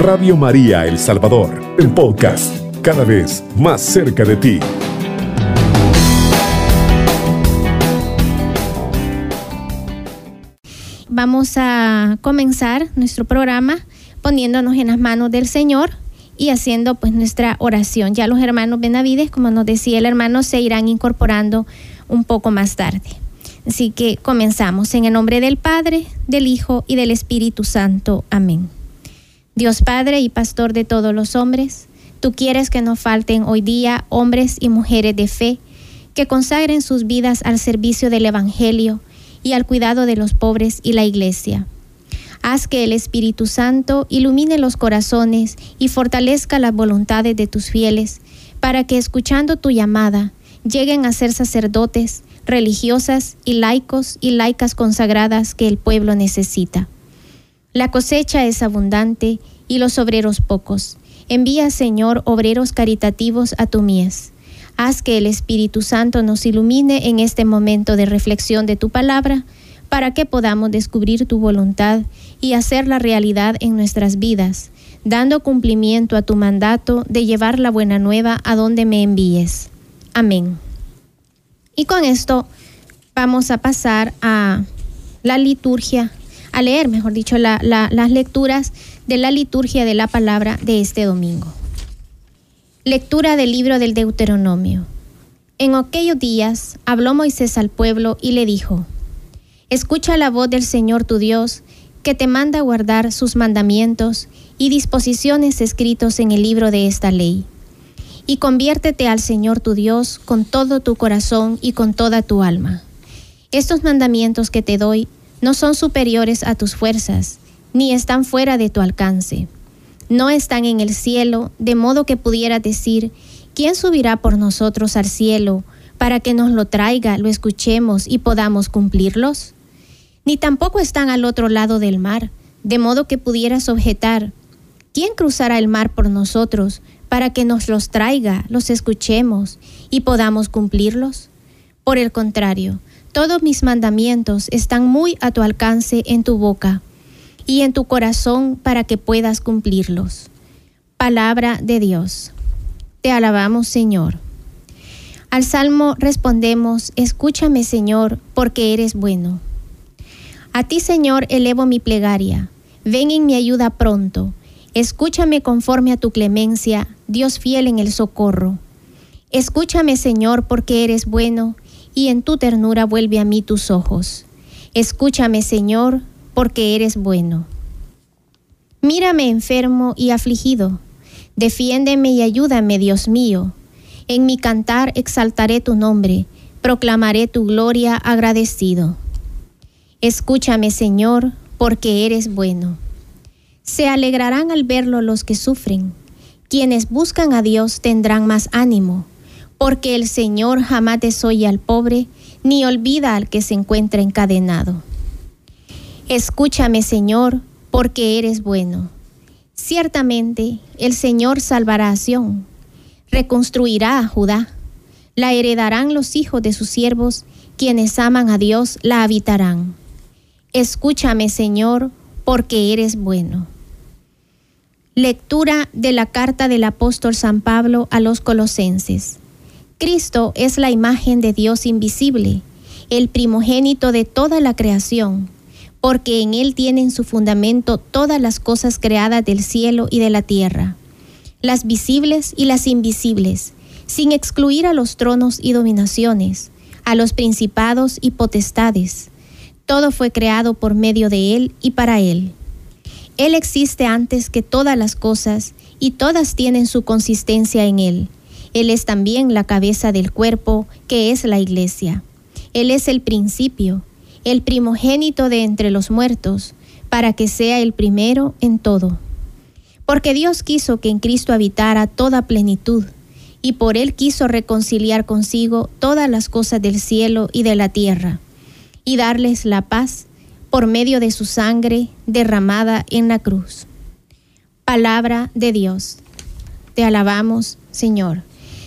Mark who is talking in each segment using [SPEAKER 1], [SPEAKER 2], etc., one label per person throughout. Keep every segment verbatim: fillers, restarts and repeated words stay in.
[SPEAKER 1] Radio María El Salvador, el podcast, cada vez más cerca de ti.
[SPEAKER 2] Vamos a comenzar nuestro programa poniéndonos en las manos del Señor y haciendo pues nuestra oración. Ya los hermanos Benavides, como nos decía el hermano, se irán incorporando un poco más tarde. Así que comenzamos en el nombre del Padre, del Hijo y del Espíritu Santo. Amén. Dios Padre y Pastor de todos los hombres, tú quieres que nos falten hoy día hombres y mujeres de fe que consagren sus vidas al servicio del Evangelio y al cuidado de los pobres y la Iglesia. Haz que el Espíritu Santo ilumine los corazones y fortalezca las voluntades de tus fieles, para que escuchando tu llamada lleguen a ser sacerdotes, religiosas y laicos y laicas consagradas que el pueblo necesita. La cosecha es abundante y los obreros pocos. Envía, Señor, obreros caritativos a tu mies. Haz que el Espíritu Santo nos ilumine en este momento de reflexión de tu palabra, para que podamos descubrir tu voluntad y hacerla realidad en nuestras vidas, dando cumplimiento a tu mandato de llevar la buena nueva a donde me envíes. Amén. Y con esto vamos a pasar a la liturgia, a leer, mejor dicho, la, la, las lecturas de la liturgia de la palabra de este domingo. Lectura del libro del Deuteronomio. En aquellos días habló Moisés al pueblo y le dijo: Escucha la voz del Señor tu Dios, que te manda guardar sus mandamientos y disposiciones escritos en el libro de esta ley. Y conviértete al Señor tu Dios con todo tu corazón y con toda tu alma. Estos mandamientos que te doy no son superiores a tus fuerzas, ni están fuera de tu alcance. No están en el cielo, de modo que pudieras decir: ¿quién subirá por nosotros al cielo para que nos lo traiga, lo escuchemos y podamos cumplirlos? Ni tampoco están al otro lado del mar, de modo que pudieras objetar: ¿quién cruzará el mar por nosotros para que nos los traiga, los escuchemos y podamos cumplirlos? Por el contrario, todos mis mandamientos están muy a tu alcance en tu boca y en tu corazón para que puedas cumplirlos. Palabra de Dios. Te alabamos, Señor. Al Salmo respondemos: Escúchame, Señor, porque eres bueno. A ti, Señor, elevo mi plegaria. Ven en mi ayuda pronto. Escúchame conforme a tu clemencia, Dios fiel en el socorro. Escúchame, Señor, porque eres bueno, y en tu ternura vuelve a mí tus ojos. Escúchame, Señor, porque eres bueno. Mírame enfermo y afligido. Defiéndeme y ayúdame, Dios mío. En mi cantar exaltaré tu nombre, proclamaré tu gloria agradecido. Escúchame, Señor, porque eres bueno. Se alegrarán al verlo los que sufren. Quienes buscan a Dios tendrán más ánimo, porque el Señor jamás desoye al pobre, ni olvida al que se encuentra encadenado. Escúchame, Señor, porque eres bueno. Ciertamente, el Señor salvará a Sión, reconstruirá a Judá. La heredarán los hijos de sus siervos, quienes aman a Dios la habitarán. Escúchame, Señor, porque eres bueno. Lectura de la carta del apóstol San Pablo a los Colosenses. Cristo es la imagen de Dios invisible, el primogénito de toda la creación, porque en Él tienen su fundamento todas las cosas creadas del cielo y de la tierra, las visibles y las invisibles, sin excluir a los tronos y dominaciones, a los principados y potestades. Todo fue creado por medio de Él y para Él. Él existe antes que todas las cosas, y todas tienen su consistencia en Él. Él es también la cabeza del cuerpo, que es la Iglesia. Él es el principio, el primogénito de entre los muertos, para que sea el primero en todo. Porque Dios quiso que en Cristo habitara toda plenitud, y por Él quiso reconciliar consigo todas las cosas del cielo y de la tierra, y darles la paz por medio de su sangre derramada en la cruz. Palabra de Dios. Te alabamos, Señor.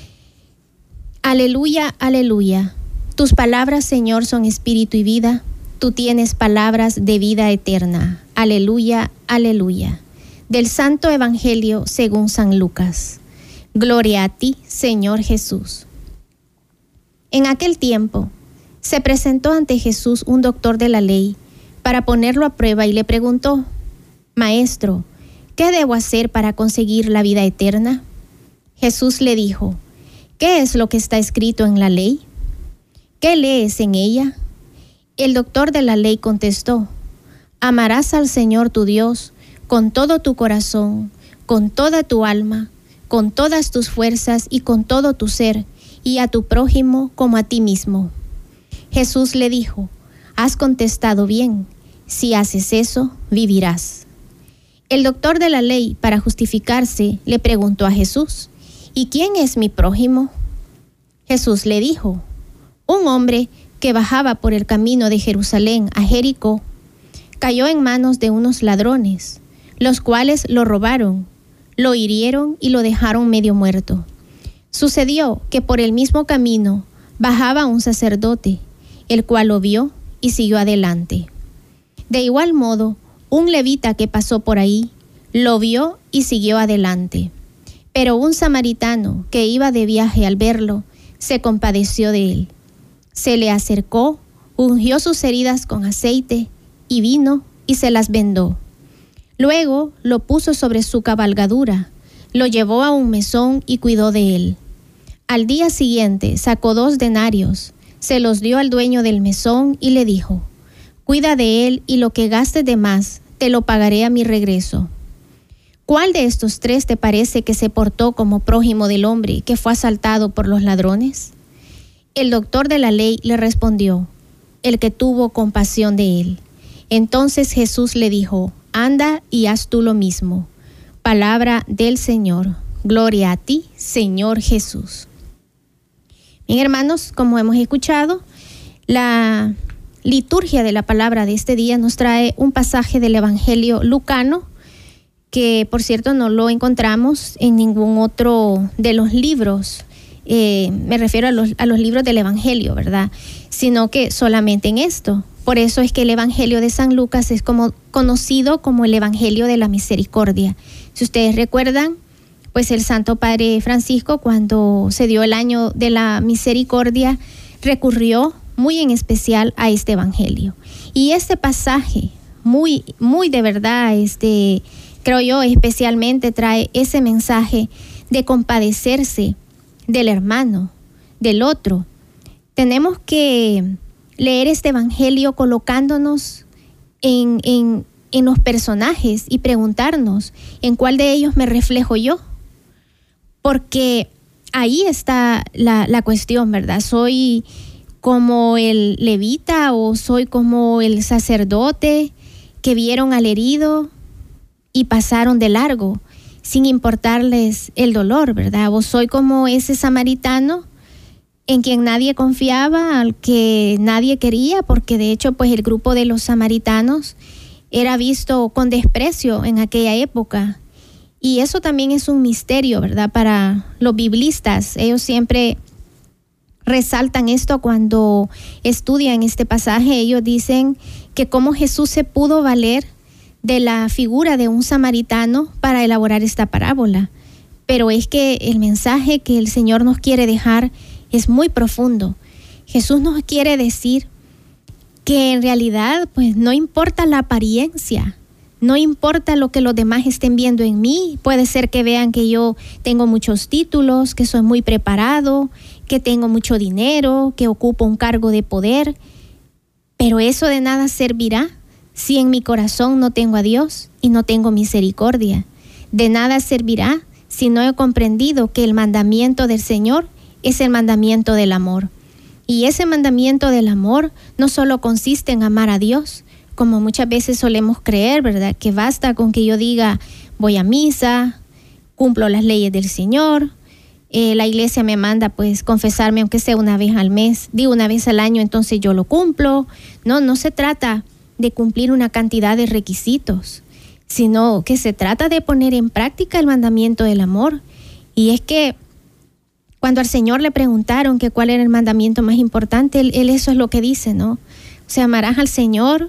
[SPEAKER 2] Aleluya, aleluya. Tus palabras, Señor, son espíritu y vida. Tú tienes palabras de vida eterna. Aleluya, aleluya. Del Santo Evangelio según San Lucas. Gloria a ti, Señor Jesús. En aquel tiempo, se presentó ante Jesús un doctor de la ley para ponerlo a prueba y le preguntó: Maestro, ¿qué debo hacer para conseguir la vida eterna? Jesús le dijo: ¿Qué es lo que está escrito en la ley? ¿Qué lees en ella? El doctor de la ley contestó: Amarás al Señor tu Dios con todo tu corazón, con toda tu alma, con todas tus fuerzas y con todo tu ser, y a tu prójimo como a ti mismo. Jesús le dijo: Has contestado bien, si haces eso, vivirás. El doctor de la ley, para justificarse, le preguntó a Jesús: ¿Y quién es mi prójimo? Jesús le dijo: Un hombre que bajaba por el camino de Jerusalén a Jericó, cayó en manos de unos ladrones, los cuales lo robaron, lo hirieron y lo dejaron medio muerto. Sucedió que por el mismo camino bajaba un sacerdote, el cual lo vio y siguió adelante. De igual modo, un levita que pasó por ahí, lo vio y siguió adelante. Pero un samaritano que iba de viaje al verlo, se compadeció de él. Se le acercó, ungió sus heridas con aceite y vino y se las vendó. Luego lo puso sobre su cabalgadura, lo llevó a un mesón y cuidó de él. Al día siguiente sacó dos denarios, se los dio al dueño del mesón y le dijo: Cuida de él y lo que gastes de más te lo pagaré a mi regreso. ¿Cuál de estos tres te parece que se portó como prójimo del hombre que fue asaltado por los ladrones? El doctor de la ley le respondió: El que tuvo compasión de él. Entonces Jesús le dijo: Anda y haz tú lo mismo. Palabra del Señor. Gloria a ti, Señor Jesús. Bien, hermanos, como hemos escuchado, la liturgia de la palabra de este día nos trae un pasaje del Evangelio lucano, que por cierto no lo encontramos en ningún otro de los libros, eh, me refiero a los, a los libros del Evangelio, ¿verdad? Sino que solamente en esto. Por eso es que el Evangelio de San Lucas es como, conocido como el Evangelio de la Misericordia. Si ustedes recuerdan, pues el Santo Padre Francisco, cuando se dio el año de la misericordia, recurrió muy en especial a este Evangelio. Y este pasaje, muy, muy de verdad, este, creo yo, especialmente trae ese mensaje de compadecerse del hermano, del otro. Tenemos que leer este Evangelio colocándonos en, en, en los personajes y preguntarnos en cuál de ellos me reflejo yo. Porque ahí está la, la cuestión, ¿verdad? ¿Soy como el levita o soy como el sacerdote que vieron al herido y pasaron de largo sin importarles el dolor, ¿verdad? ¿O soy como ese samaritano en quien nadie confiaba, al que nadie quería? Porque de hecho, pues el grupo de los samaritanos era visto con desprecio en aquella época. Y eso también es un misterio, ¿verdad? Para los biblistas, ellos siempre resaltan esto cuando estudian este pasaje. Ellos dicen que cómo Jesús se pudo valer de la figura de un samaritano para elaborar esta parábola. Pero es que el mensaje que el Señor nos quiere dejar es muy profundo. Jesús nos quiere decir que en realidad, pues no importa la apariencia, no importa lo que los demás estén viendo en mí. Puede ser que vean que yo tengo muchos títulos, que soy muy preparado, que tengo mucho dinero, que ocupo un cargo de poder. Pero eso de nada servirá si en mi corazón no tengo a Dios y no tengo misericordia. De nada servirá si no he comprendido que el mandamiento del Señor es el mandamiento del amor. Y ese mandamiento del amor no solo consiste en amar a Dios, como muchas veces solemos creer, ¿verdad? Que basta con que yo diga, voy a misa, cumplo las leyes del Señor, eh, la iglesia me manda pues confesarme aunque sea una vez al mes, digo una vez al año, entonces yo lo cumplo. No, no se trata de cumplir una cantidad de requisitos, sino que se trata de poner en práctica el mandamiento del amor. Y es que cuando al Señor le preguntaron que cuál era el mandamiento más importante, él, él eso es lo que dice, ¿no? O sea, amarás al Señor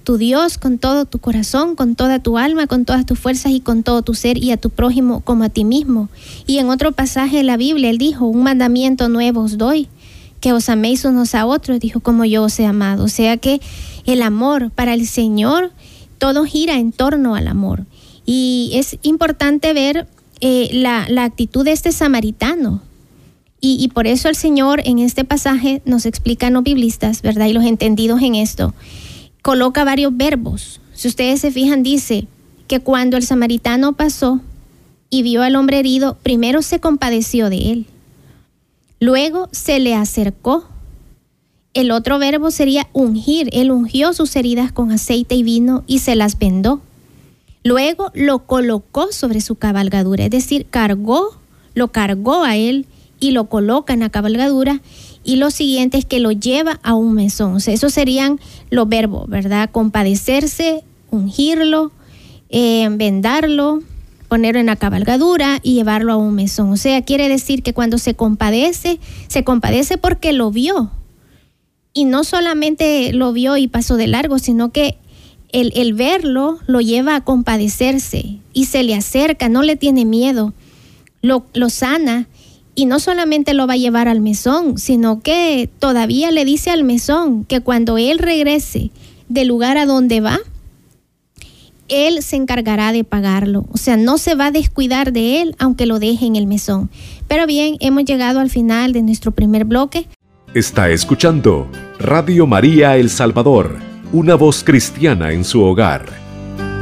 [SPEAKER 2] tu Dios con todo tu corazón, con toda tu alma, con todas tus fuerzas y con todo tu ser, y a tu prójimo como a ti mismo. Y en otro pasaje de la Biblia, Él dijo, un mandamiento nuevo os doy, que os améis unos a otros, dijo, como yo os he amado. O sea que el amor para el Señor, todo gira en torno al amor. Y es importante ver eh, la, la actitud de este samaritano. Y, y por eso el Señor en este pasaje nos explica, los biblistas, ¿verdad? Y los entendidos en esto, coloca varios verbos. Si ustedes se fijan, dice que cuando el samaritano pasó y vio al hombre herido, primero se compadeció de él. Luego se le acercó. El otro verbo sería ungir. Él ungió sus heridas con aceite y vino y se las vendó. Luego lo colocó sobre su cabalgadura, es decir, cargó, lo cargó a él y lo coloca en la cabalgadura. Y lo siguiente es que lo lleva a un mesón. O sea, esos serían los verbos, ¿verdad? Compadecerse, ungirlo, eh, vendarlo, ponerlo en la cabalgadura y llevarlo a un mesón. O sea, quiere decir que cuando se compadece, se compadece porque lo vio. Y no solamente lo vio y pasó de largo, sino que el, el verlo lo lleva a compadecerse y se le acerca, no le tiene miedo, lo, lo sana. Y no solamente lo va a llevar al mesón, sino que todavía le dice al mesón que cuando él regrese del lugar a donde va, él se encargará de pagarlo. O sea, no se va a descuidar de él, aunque lo deje en el mesón. Pero bien, hemos llegado al final de nuestro primer bloque.
[SPEAKER 1] Está escuchando Radio María El Salvador, una voz cristiana en su hogar.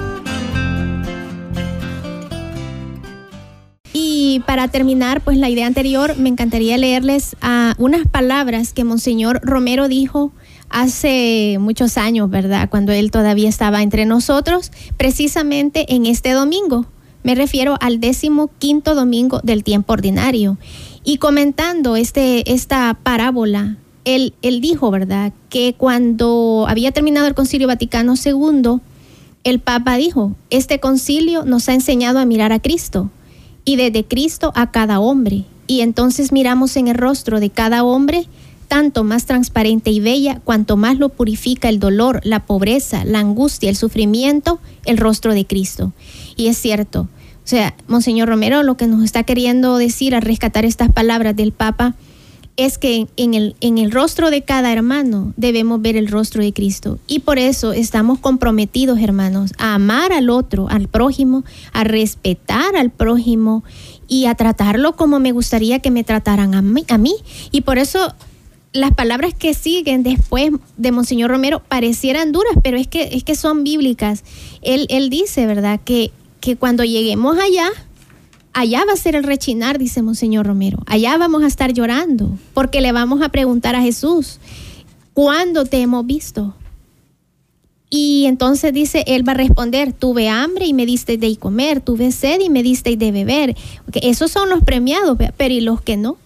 [SPEAKER 2] Y para terminar, pues la idea anterior, me encantaría leerles uh, unas palabras que Monseñor Romero dijo hace muchos años, ¿verdad? Cuando él todavía estaba entre nosotros, precisamente en este domingo. Me refiero al décimo quinto domingo del tiempo ordinario. Y comentando este, esta parábola, él, él dijo, ¿verdad?, que cuando había terminado el Concilio Vaticano segundo, el Papa dijo, este concilio nos ha enseñado a mirar a Cristo, y desde Cristo a cada hombre. Y entonces miramos en el rostro de cada hombre, tanto más transparente y bella, cuanto más lo purifica el dolor, la pobreza, la angustia, el sufrimiento, el rostro de Cristo. Y es cierto, o sea, Monseñor Romero lo que nos está queriendo decir al rescatar estas palabras del Papa es que en el, en el rostro de cada hermano debemos ver el rostro de Cristo. Y por eso estamos comprometidos, hermanos, a amar al otro, al prójimo, a respetar al prójimo y a tratarlo como me gustaría que me trataran a mí. A mí. Y por eso las palabras que siguen después de Monseñor Romero parecieran duras, pero es que, es que son bíblicas. Él, él dice, ¿verdad?, que, que cuando lleguemos allá, allá va a ser el rechinar, dice Monseñor Romero. Allá vamos a estar llorando, porque le vamos a preguntar a Jesús, ¿cuándo te hemos visto? Y entonces dice, Él va a responder, tuve hambre y me disteis de comer, tuve sed y me disteis de beber. Porque esos son los premiados, pero ¿y los que no?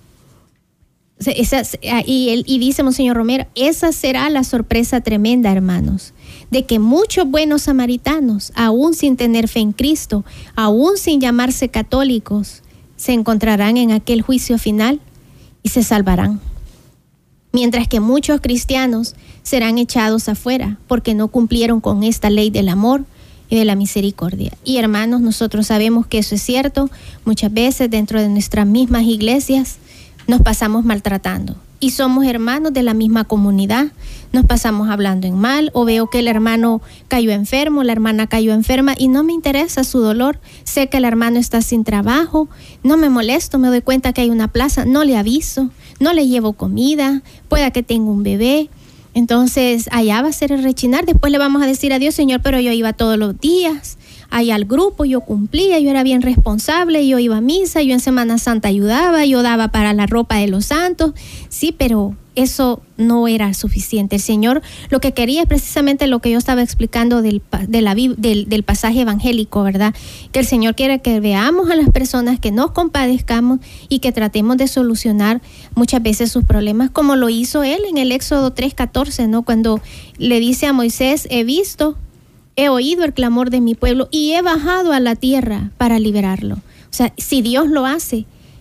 [SPEAKER 2] Esas, y, él, y dice Monseñor Romero, esa será la sorpresa tremenda, hermanos, de que muchos buenos samaritanos, aún sin tener fe en Cristo, aún sin llamarse católicos, se encontrarán en aquel juicio final y se salvarán. Mientras que muchos cristianos serán echados afuera porque no cumplieron con esta ley del amor y de la misericordia. Y hermanos, nosotros sabemos que eso es cierto. Muchas veces dentro de nuestras mismas iglesias nos pasamos maltratando. Y somos hermanos de la misma comunidad, nos pasamos hablando en mal, o veo que el hermano cayó enfermo, la hermana cayó enferma y no me interesa su dolor. Sé que el hermano está sin trabajo, no me molesto, me doy cuenta que hay una plaza, no le aviso, no le llevo comida, pueda que tenga un bebé. Entonces allá va a ser el rechinar. Después le vamos a decir a Dios, Señor, pero yo iba todos los días allá al grupo, yo cumplía, yo era bien responsable, yo iba a misa, yo en Semana Santa ayudaba, yo daba para la ropa de los santos. Sí, pero eso no era suficiente. El Señor lo que quería es precisamente lo que yo estaba explicando del, de la, del, del pasaje evangélico, ¿verdad? Que el Señor quiere que veamos a las personas, que nos compadezcamos y que tratemos de solucionar muchas veces sus problemas, como lo hizo Él en el Éxodo tres catorce, ¿no? Cuando le dice a Moisés, he visto, he oído el clamor de mi pueblo y he bajado a la tierra para liberarlo. O sea, si Dios lo hace,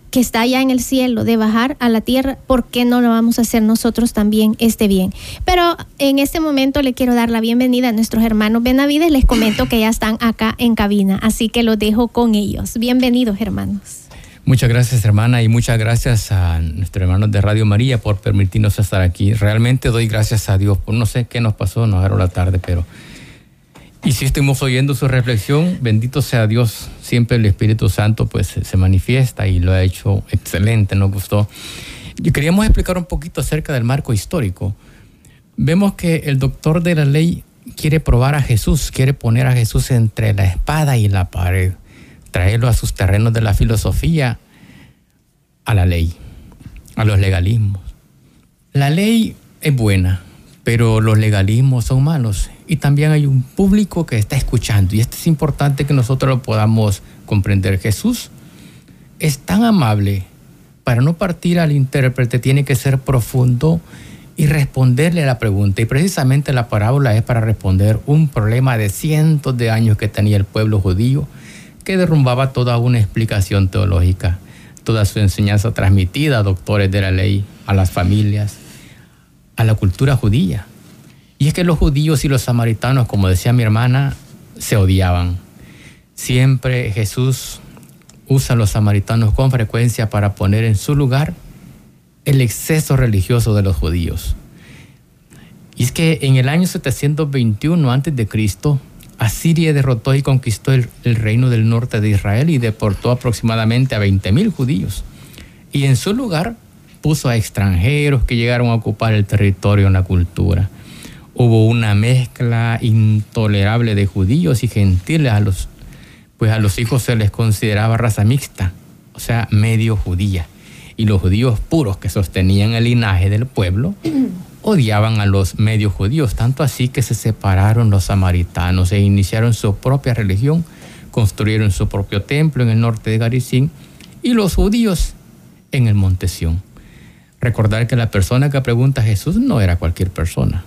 [SPEAKER 2] que está allá en el cielo, de bajar a la tierra, ¿por qué no lo vamos a hacer nosotros también este bien? Pero en este momento le quiero dar la bienvenida a nuestros hermanos Benavides. Les comento que ya están acá en cabina, así que los dejo con ellos. Bienvenidos, hermanos.
[SPEAKER 3] Muchas gracias, hermana, y muchas gracias a nuestros hermanos de Radio María por permitirnos estar aquí. Realmente doy gracias a Dios por no sé qué nos pasó, nos agarró la tarde, pero... Y si estuvimos oyendo su reflexión, bendito sea Dios, siempre el Espíritu Santo pues se manifiesta y lo ha hecho excelente, nos gustó. Y queríamos explicar un poquito acerca del marco histórico. Vemos que el doctor de la ley quiere probar a Jesús, quiere poner a Jesús entre la espada y la pared, traerlo a sus terrenos de la filosofía, a la ley, a los legalismos. La ley es buena, pero los legalismos son malos. Y también hay un público que está escuchando. Y esto es importante que nosotros lo podamos comprender. Jesús es tan amable. Para no partir al intérprete tiene que ser profundo y responderle a la pregunta. Y precisamente la parábola es para responder un problema de cientos de años que tenía el pueblo judío, que derrumbaba toda una explicación teológica, toda su enseñanza transmitida a doctores de la ley, a las familias, a la cultura judía. Y es que los judíos y los samaritanos, como decía mi hermana, se odiaban. Siempre Jesús usa a los samaritanos con frecuencia para poner en su lugar el exceso religioso de los judíos. Y es que en el año setecientos veintiuno antes de Cristo, Asiria derrotó y conquistó el, el reino del norte de Israel y deportó aproximadamente a veinte mil judíos. Y en su lugar puso a extranjeros que llegaron a ocupar el territorio en la cultura. Hubo una mezcla intolerable de judíos y gentiles. A los, pues a los hijos se les consideraba raza mixta, o sea, medio judía. Y los judíos puros que sostenían el linaje del pueblo odiaban a los medio judíos, tanto así que se separaron los samaritanos e iniciaron su propia religión, construyeron su propio templo en el norte de Garizim y los judíos en el Monte Sión. Recordar que la persona que pregunta a Jesús no era cualquier persona.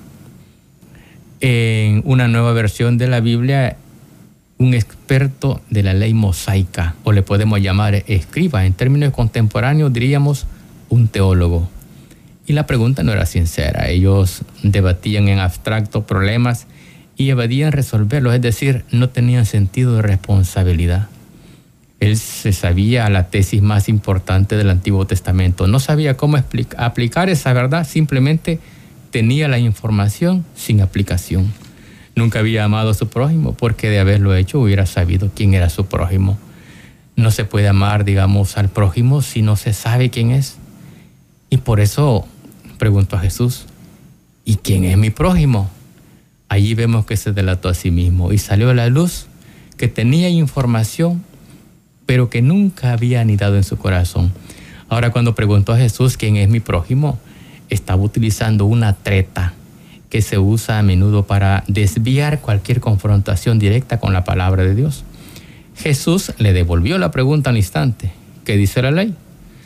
[SPEAKER 3] En una nueva versión de la Biblia, un experto de la ley mosaica, o le podemos llamar escriba, en términos contemporáneos diríamos un teólogo. Y la pregunta no era sincera, ellos debatían en abstracto problemas y evadían resolverlos, es decir, no tenían sentido de responsabilidad. Él se sabía la tesis más importante del Antiguo Testamento, no sabía cómo explica, aplicar esa verdad, simplemente tenía la información sin aplicación. Nunca había amado a su prójimo, porque de haberlo hecho hubiera sabido quién era su prójimo. No se puede amar, digamos, al prójimo si no se sabe quién es. Y por eso preguntó a Jesús, ¿y quién es mi prójimo? Allí vemos que se delató a sí mismo y salió a la luz que tenía información, pero que nunca había anidado en su corazón. Ahora, cuando preguntó a Jesús, ¿quién es mi prójimo?, estaba utilizando una treta que se usa a menudo para desviar cualquier confrontación directa con la palabra de Dios. Jesús le devolvió la pregunta al instante. ¿Qué dice la ley?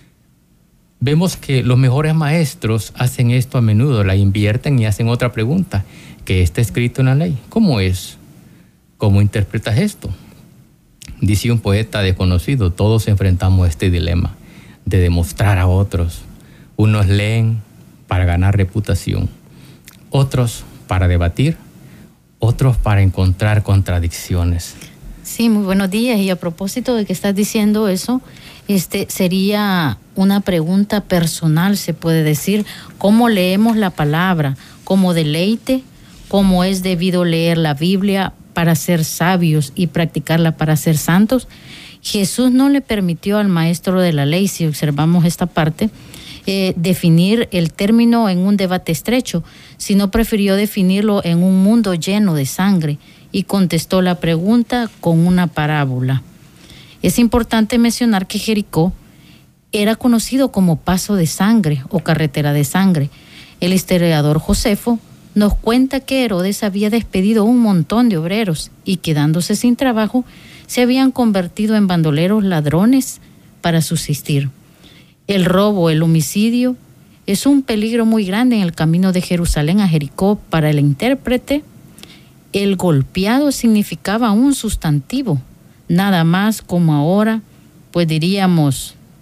[SPEAKER 3] Vemos que los mejores maestros hacen esto a menudo, la invierten y hacen otra pregunta. ¿Qué está escrito en la ley? ¿Cómo es? ¿Cómo interpretas esto? Dice un poeta desconocido, todos enfrentamos a este dilema de demostrar a otros. Unos leen para ganar reputación, otros para debatir, otros para encontrar contradicciones.
[SPEAKER 4] Sí, muy buenos días. Y a propósito de que estás diciendo eso, este sería una pregunta personal, se puede decir, ¿cómo leemos la palabra? ¿Como deleite? ¿Cómo es debido leer la Biblia para ser sabios y practicarla para ser santos? Jesús no le permitió al maestro de la ley, si observamos esta parte, Eh, definir el término en un debate estrecho, sino prefirió definirlo en un mundo lleno de sangre y contestó la pregunta con una parábola. Es importante mencionar que Jericó era conocido como paso de sangre o carretera de sangre. El historiador Josefo nos cuenta que Herodes había despedido un montón de obreros y, quedándose sin trabajo, se habían convertido en bandoleros ladrones para subsistir. El robo, el homicidio, es un peligro muy grande en el camino de Jerusalén a Jericó. Para el intérprete, el golpeado significaba un sustantivo, nada más como ahora, pues diríamos,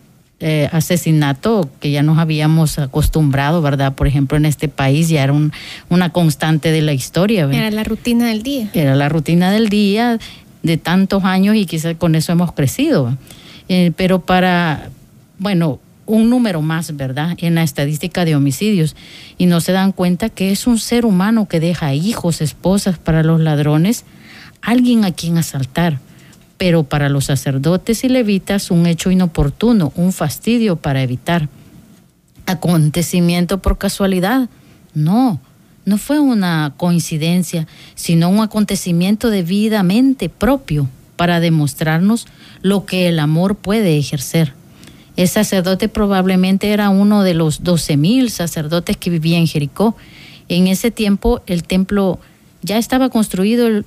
[SPEAKER 4] eh, asesinato que ya nos habíamos acostumbrado, ¿verdad? Por ejemplo, en este país ya era un, una constante de la historia, ¿verdad?
[SPEAKER 2] Era la rutina del día.
[SPEAKER 4] Era la rutina del día de tantos años y quizás con eso hemos crecido. Eh, pero para, bueno, un número más, ¿verdad? En la estadística de homicidios. Y no se dan cuenta que es un ser humano que deja hijos, esposas para los ladrones, alguien a quien asaltar. Pero para los sacerdotes y levitas un hecho inoportuno, un fastidio para evitar. ¿Acontecimiento por casualidad? No, no fue una coincidencia, sino un acontecimiento debidamente propio para demostrarnos lo que el amor puede ejercer. El sacerdote probablemente era uno de los doce mil sacerdotes que vivían en Jericó. En ese tiempo el templo ya estaba construido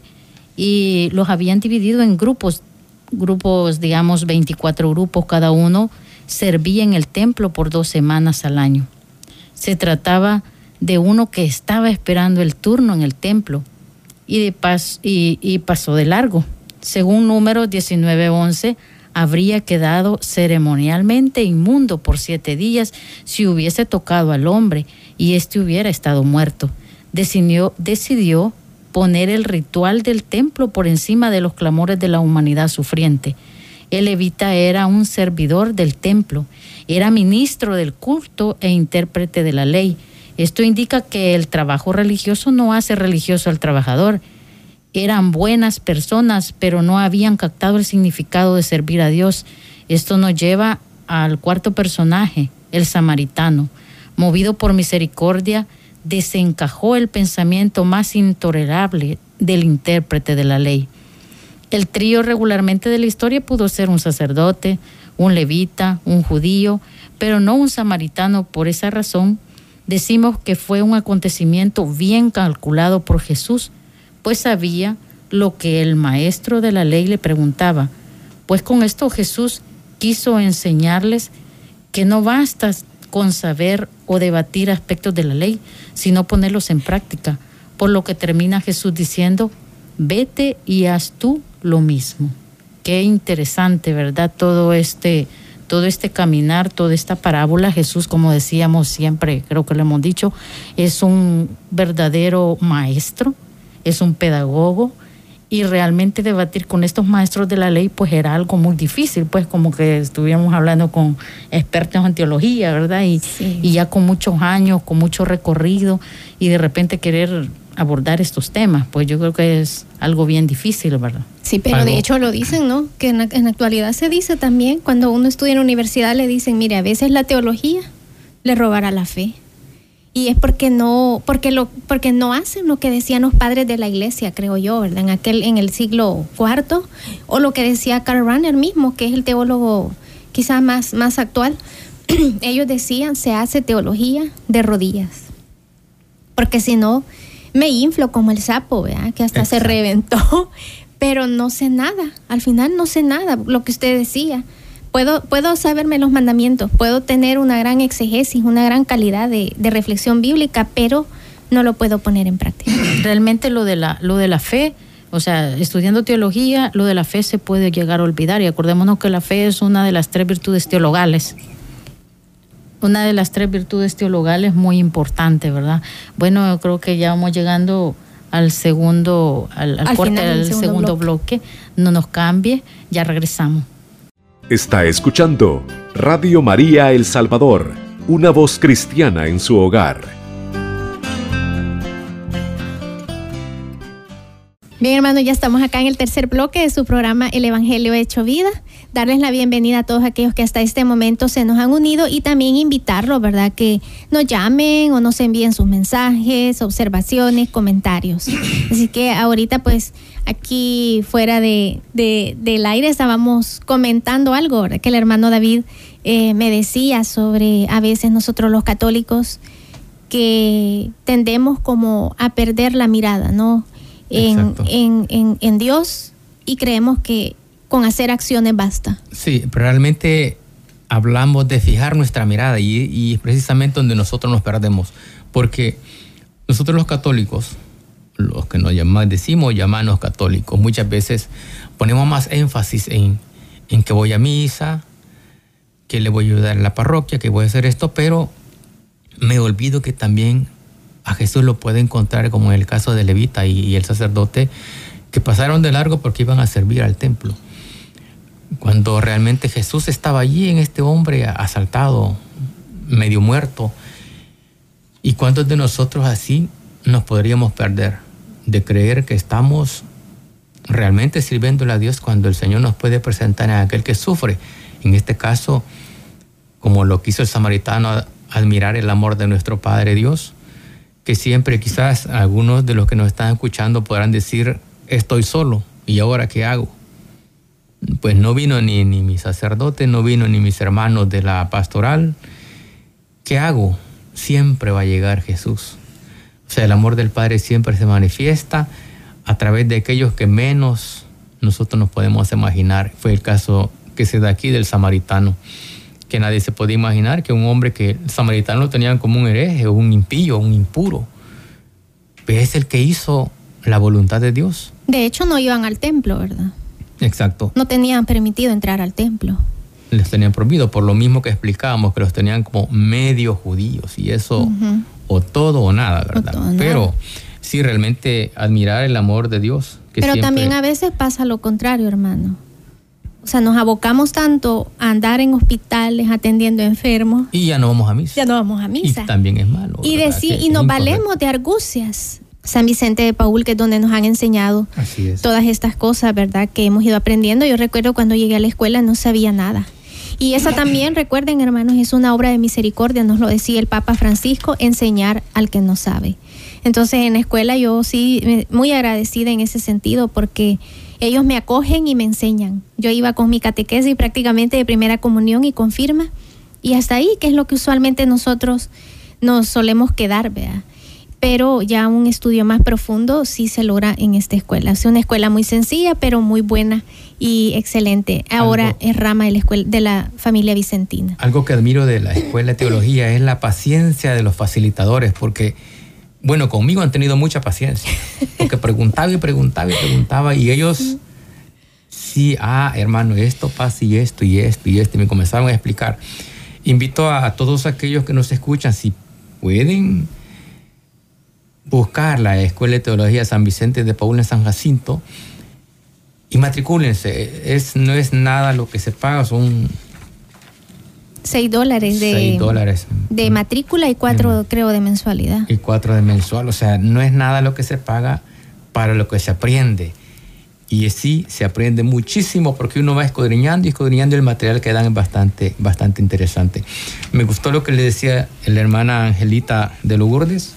[SPEAKER 4] y los habían dividido en grupos, grupos, digamos, veinticuatro grupos cada uno, servía en el templo por dos semanas al año. Se trataba de uno que estaba esperando el turno en el templo y, de pas, y, y pasó de largo. Según Números diecinueve once, habría quedado ceremonialmente inmundo por siete días si hubiese tocado al hombre y éste hubiera estado muerto. Decidió, decidió poner el ritual del templo por encima de los clamores de la humanidad sufriente. El levita era un servidor del templo, era ministro del culto e intérprete de la ley. Esto indica que el trabajo religioso no hace religioso al trabajador. Eran buenas personas, pero no habían captado el significado de servir a Dios. Esto nos lleva al cuarto personaje, el samaritano. Movido por misericordia, desencajó el pensamiento más intolerable del intérprete de la ley. El trío regularmente de la historia pudo ser un sacerdote, un levita, un judío, pero no un samaritano. Por esa razón, decimos que fue un acontecimiento bien calculado por Jesús, pues sabía lo que el maestro de la ley le preguntaba. Pues con esto Jesús quiso enseñarles que no basta con saber o debatir aspectos de la ley, sino ponerlos en práctica, por lo que termina Jesús diciendo, vete y haz tú lo mismo. Qué interesante, ¿verdad? Todo este, todo este caminar, toda esta parábola. Jesús, como decíamos siempre, creo que lo hemos dicho, es un verdadero maestro, es un pedagogo, y realmente debatir con estos maestros de la ley pues era algo muy difícil, pues como que estuviéramos hablando con expertos en teología, ¿verdad? Y, sí. y ya con muchos años, con mucho recorrido, y de repente querer abordar estos temas, pues yo creo que es algo bien difícil, ¿verdad?
[SPEAKER 2] Sí, pero
[SPEAKER 3] algo.
[SPEAKER 2] De hecho lo dicen, ¿no? Que en la, en la actualidad se dice también, cuando uno estudia en la universidad le dicen, mire, a veces la teología le robará la fe. Y es porque no, porque lo, porque no hacen lo que decían los padres de la iglesia, creo yo, ¿verdad? En aquel, en el siglo cuarto, o lo que decía Karl Rahner mismo, que es el teólogo quizás más, más actual. Ellos decían, se hace teología de rodillas. Porque si no, me inflo como el sapo, ¿verdad? Que hasta Exacto. se reventó, pero no sé nada. Al final no sé nada, lo que usted decía. Puedo, puedo saberme los mandamientos, puedo tener una gran exegesis, una gran calidad de, de reflexión bíblica, pero no lo puedo poner en práctica.
[SPEAKER 4] Realmente lo de la, lo de la fe, o sea, estudiando teología, lo de la fe se puede llegar a olvidar, y acordémonos que la fe es una de las tres virtudes teologales. Una de las tres virtudes teologales muy importante, ¿verdad? Bueno, yo creo que ya vamos llegando al segundo, al, al, al corte del segundo, segundo bloque. bloque. No nos cambie, ya regresamos.
[SPEAKER 1] Está escuchando Radio María El Salvador, una voz cristiana en su hogar.
[SPEAKER 2] Bien, hermanos, ya estamos acá en el tercer bloque de su programa El Evangelio Hecho Vida. Darles la bienvenida a todos aquellos que hasta este momento se nos han unido y también invitarlos, ¿verdad? Que nos llamen o nos envíen sus mensajes, observaciones, comentarios. Así que ahorita, pues, aquí fuera de, de, del aire estábamos comentando algo, ¿verdad? Que el hermano David eh, me decía sobre a veces nosotros los católicos que tendemos como a perder la mirada, ¿no? En, en, en, en Dios, y creemos que con hacer acciones basta.
[SPEAKER 3] Sí, pero realmente hablamos de fijar nuestra mirada y, y es precisamente donde nosotros nos perdemos, porque nosotros los católicos, los que nos llaman, decimos llamarnos católicos, muchas veces ponemos más énfasis en, en que voy a misa, que le voy a ayudar en la parroquia, que voy a hacer esto, pero me olvido que también a Jesús lo puede encontrar, como en el caso de Levita y, y el sacerdote, que pasaron de largo porque iban a servir al templo. Cuando realmente Jesús estaba allí en este hombre asaltado, medio muerto. ¿Y cuántos de nosotros así nos podríamos perder de creer que estamos realmente sirviéndole a Dios cuando el Señor nos puede presentar a aquel que sufre? En este caso, como lo quiso el samaritano, admirar el amor de nuestro Padre Dios, que siempre quizás algunos de los que nos están escuchando podrán decir, estoy solo, ¿y ahora qué hago? Pues no vino ni, ni mi sacerdote, no vino ni mis hermanos de la pastoral. ¿Qué hago? Siempre va a llegar Jesús. O sea, el amor del Padre siempre se manifiesta a través de aquellos que menos nosotros nos podemos imaginar. Fue el caso que se da aquí del samaritano, que nadie se podía imaginar que un hombre que el samaritano lo tenían como un hereje, un impío, un impuro, pero es el que hizo la voluntad de Dios.
[SPEAKER 2] De hecho, no iban al templo, ¿verdad?
[SPEAKER 3] Exacto.
[SPEAKER 2] No tenían permitido entrar al templo.
[SPEAKER 3] Les tenían prohibido, por lo mismo que explicábamos, que los tenían como medio judíos, y eso, uh-huh. o todo o nada, ¿verdad? O todo, pero nada. Sí, realmente admirar el amor de Dios. Que
[SPEAKER 2] pero
[SPEAKER 3] siempre...
[SPEAKER 2] también a veces pasa lo contrario, hermano. O sea, nos abocamos tanto a andar en hospitales atendiendo enfermos.
[SPEAKER 3] Y ya no vamos a misa.
[SPEAKER 2] Ya no vamos a misa.
[SPEAKER 3] Y también es malo.
[SPEAKER 2] Y, decir, y nos valemos de argucias. San Vicente de Paúl, que es donde nos han enseñado
[SPEAKER 3] Así es.
[SPEAKER 2] todas estas cosas, ¿verdad? Que hemos ido aprendiendo. Yo recuerdo cuando llegué a la escuela no sabía nada. Y esa también, recuerden, hermanos, es una obra de misericordia, nos lo decía el Papa Francisco, enseñar al que no sabe. Entonces, en la escuela yo sí, muy agradecida en ese sentido, porque ellos me acogen y me enseñan. Yo iba con mi catequesis prácticamente de primera comunión y confirma, y hasta ahí, que es lo que usualmente nosotros nos solemos quedar, ¿verdad? Pero ya un estudio más profundo sí se logra en esta escuela. Es una escuela muy sencilla, pero muy buena y excelente. Ahora algo, es rama de la, escuela, de la familia vicentina.
[SPEAKER 3] Algo que admiro de la Escuela de Teología es la paciencia de los facilitadores, porque, bueno, conmigo han tenido mucha paciencia, porque preguntaba y preguntaba y preguntaba, y ellos, sí, ah, hermano, esto pasa y esto y esto y esto, y me comenzaron a explicar. Invito a, a todos aquellos que nos escuchan, si pueden buscar la Escuela de Teología San Vicente de Paúl en San Jacinto y matricúlense. Es, no es nada lo que se paga, son
[SPEAKER 2] seis dólares de,
[SPEAKER 3] seis dólares
[SPEAKER 2] de matrícula y cuatro, de, creo, de mensualidad.
[SPEAKER 3] Y cuatro de mensual. O sea, no es nada lo que se paga para lo que se aprende. Y sí, se aprende muchísimo porque uno va escudriñando y escudriñando el material que dan es bastante, bastante interesante. Me gustó lo que le decía la hermana Angelita de Lourdes.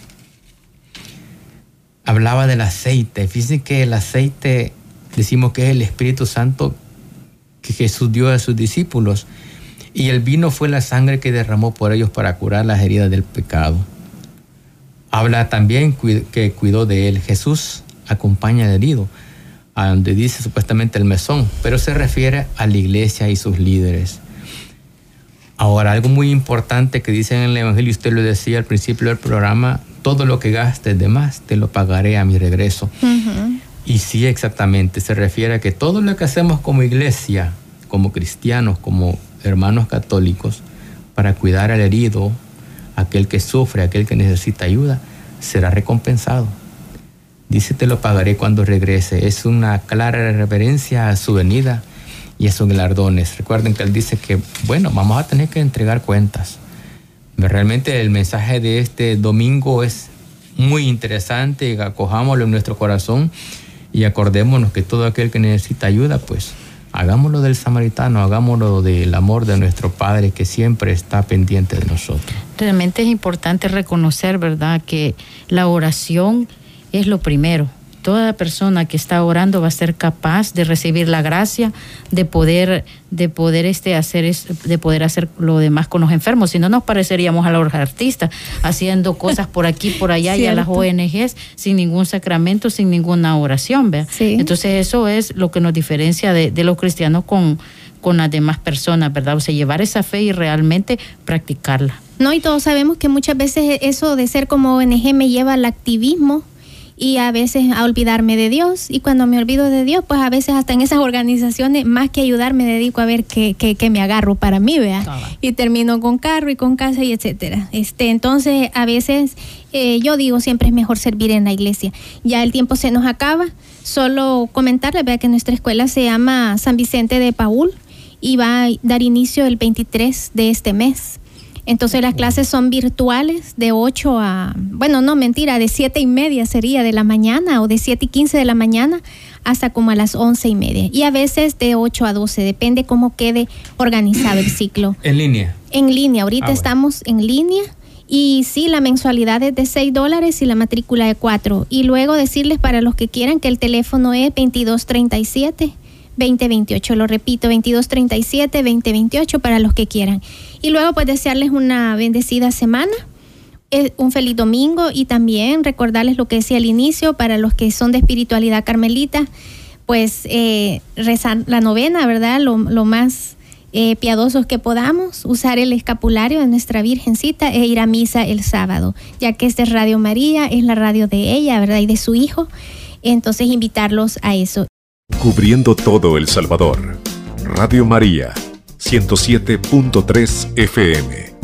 [SPEAKER 3] Hablaba del aceite. Fíjense que el aceite, decimos que es el Espíritu Santo que Jesús dio a sus discípulos. Y el vino fue la sangre que derramó por ellos para curar las heridas del pecado. Habla también que cuidó de él. Jesús acompaña al herido, a donde dice supuestamente el mesón, pero se refiere a la iglesia y sus líderes. Ahora, algo muy importante que dice en el Evangelio, usted lo decía al principio del programa, todo lo que gastes de más te lo pagaré a mi regreso. Uh-huh. Y sí, exactamente, se refiere a que todo lo que hacemos como iglesia, como cristianos, como hermanos católicos, para cuidar al herido, aquel que sufre, aquel que necesita ayuda, será recompensado. Dice, te lo pagaré cuando regrese. Es una clara referencia a su venida y a sus galardones. Recuerden que él dice que, bueno, vamos a tener que entregar cuentas. Realmente el mensaje de este domingo es muy interesante, acojámoslo en nuestro corazón y acordémonos que todo aquel que necesita ayuda, pues hagámoslo del samaritano, hagámoslo del amor de nuestro Padre que siempre está pendiente de nosotros.
[SPEAKER 4] Realmente es importante reconocer, ¿verdad?, que la oración es lo primero. Toda persona que está orando va a ser capaz de recibir la gracia, de poder, de poder este hacer, de poder hacer lo demás con los enfermos. Si no, nos pareceríamos a los artistas haciendo cosas por aquí, por allá y a las O N Ges sin ningún sacramento, sin ninguna oración, ¿verdad? Sí. Entonces eso es lo que nos diferencia de, de los cristianos con, con las demás personas, ¿verdad? O sea, llevar esa fe y realmente practicarla.
[SPEAKER 2] No, y todos sabemos que muchas veces eso de ser como O N Ge me lleva al activismo. y a veces a olvidarme de Dios. Y cuando me olvido de Dios, pues a veces hasta en esas organizaciones, más que ayudar, me dedico a ver qué, qué, qué me agarro para mí, ¿vea? Ah, y termino con carro y con casa y etcétera. Este, entonces, a veces eh, yo digo, siempre es mejor servir en la iglesia. Ya el tiempo se nos acaba. Solo comentarles, vea, que nuestra escuela se llama San Vicente de Paúl y va a dar inicio el veintitrés de este mes. Entonces las clases son virtuales de ocho a, bueno, no, mentira, de siete y media sería de la mañana o de siete y quince de la mañana hasta como a las once y media. Y a veces de ocho a doce, depende cómo quede organizado el ciclo.
[SPEAKER 3] ¿En línea?
[SPEAKER 2] En línea, ahorita ah, bueno. estamos en línea. Y sí, la mensualidad es de seis dólares y la matrícula de cuatro. Y luego decirles para los que quieran que el teléfono es veintidós treinta y siete, veinte veintiocho. Lo repito, veintidós treinta y siete, veinte veintiocho para los que quieran. Y luego pues desearles una bendecida semana, un feliz domingo y también recordarles lo que decía al inicio, para los que son de espiritualidad carmelita, pues eh, rezar la novena, ¿verdad? Lo, lo más eh, piadosos que podamos, usar el escapulario de nuestra Virgencita e ir a misa el sábado, ya que esta es Radio María, es la radio de ella, ¿verdad? Y de su hijo, entonces invitarlos a eso.
[SPEAKER 1] Cubriendo todo El Salvador. Radio María, ciento siete punto tres F M.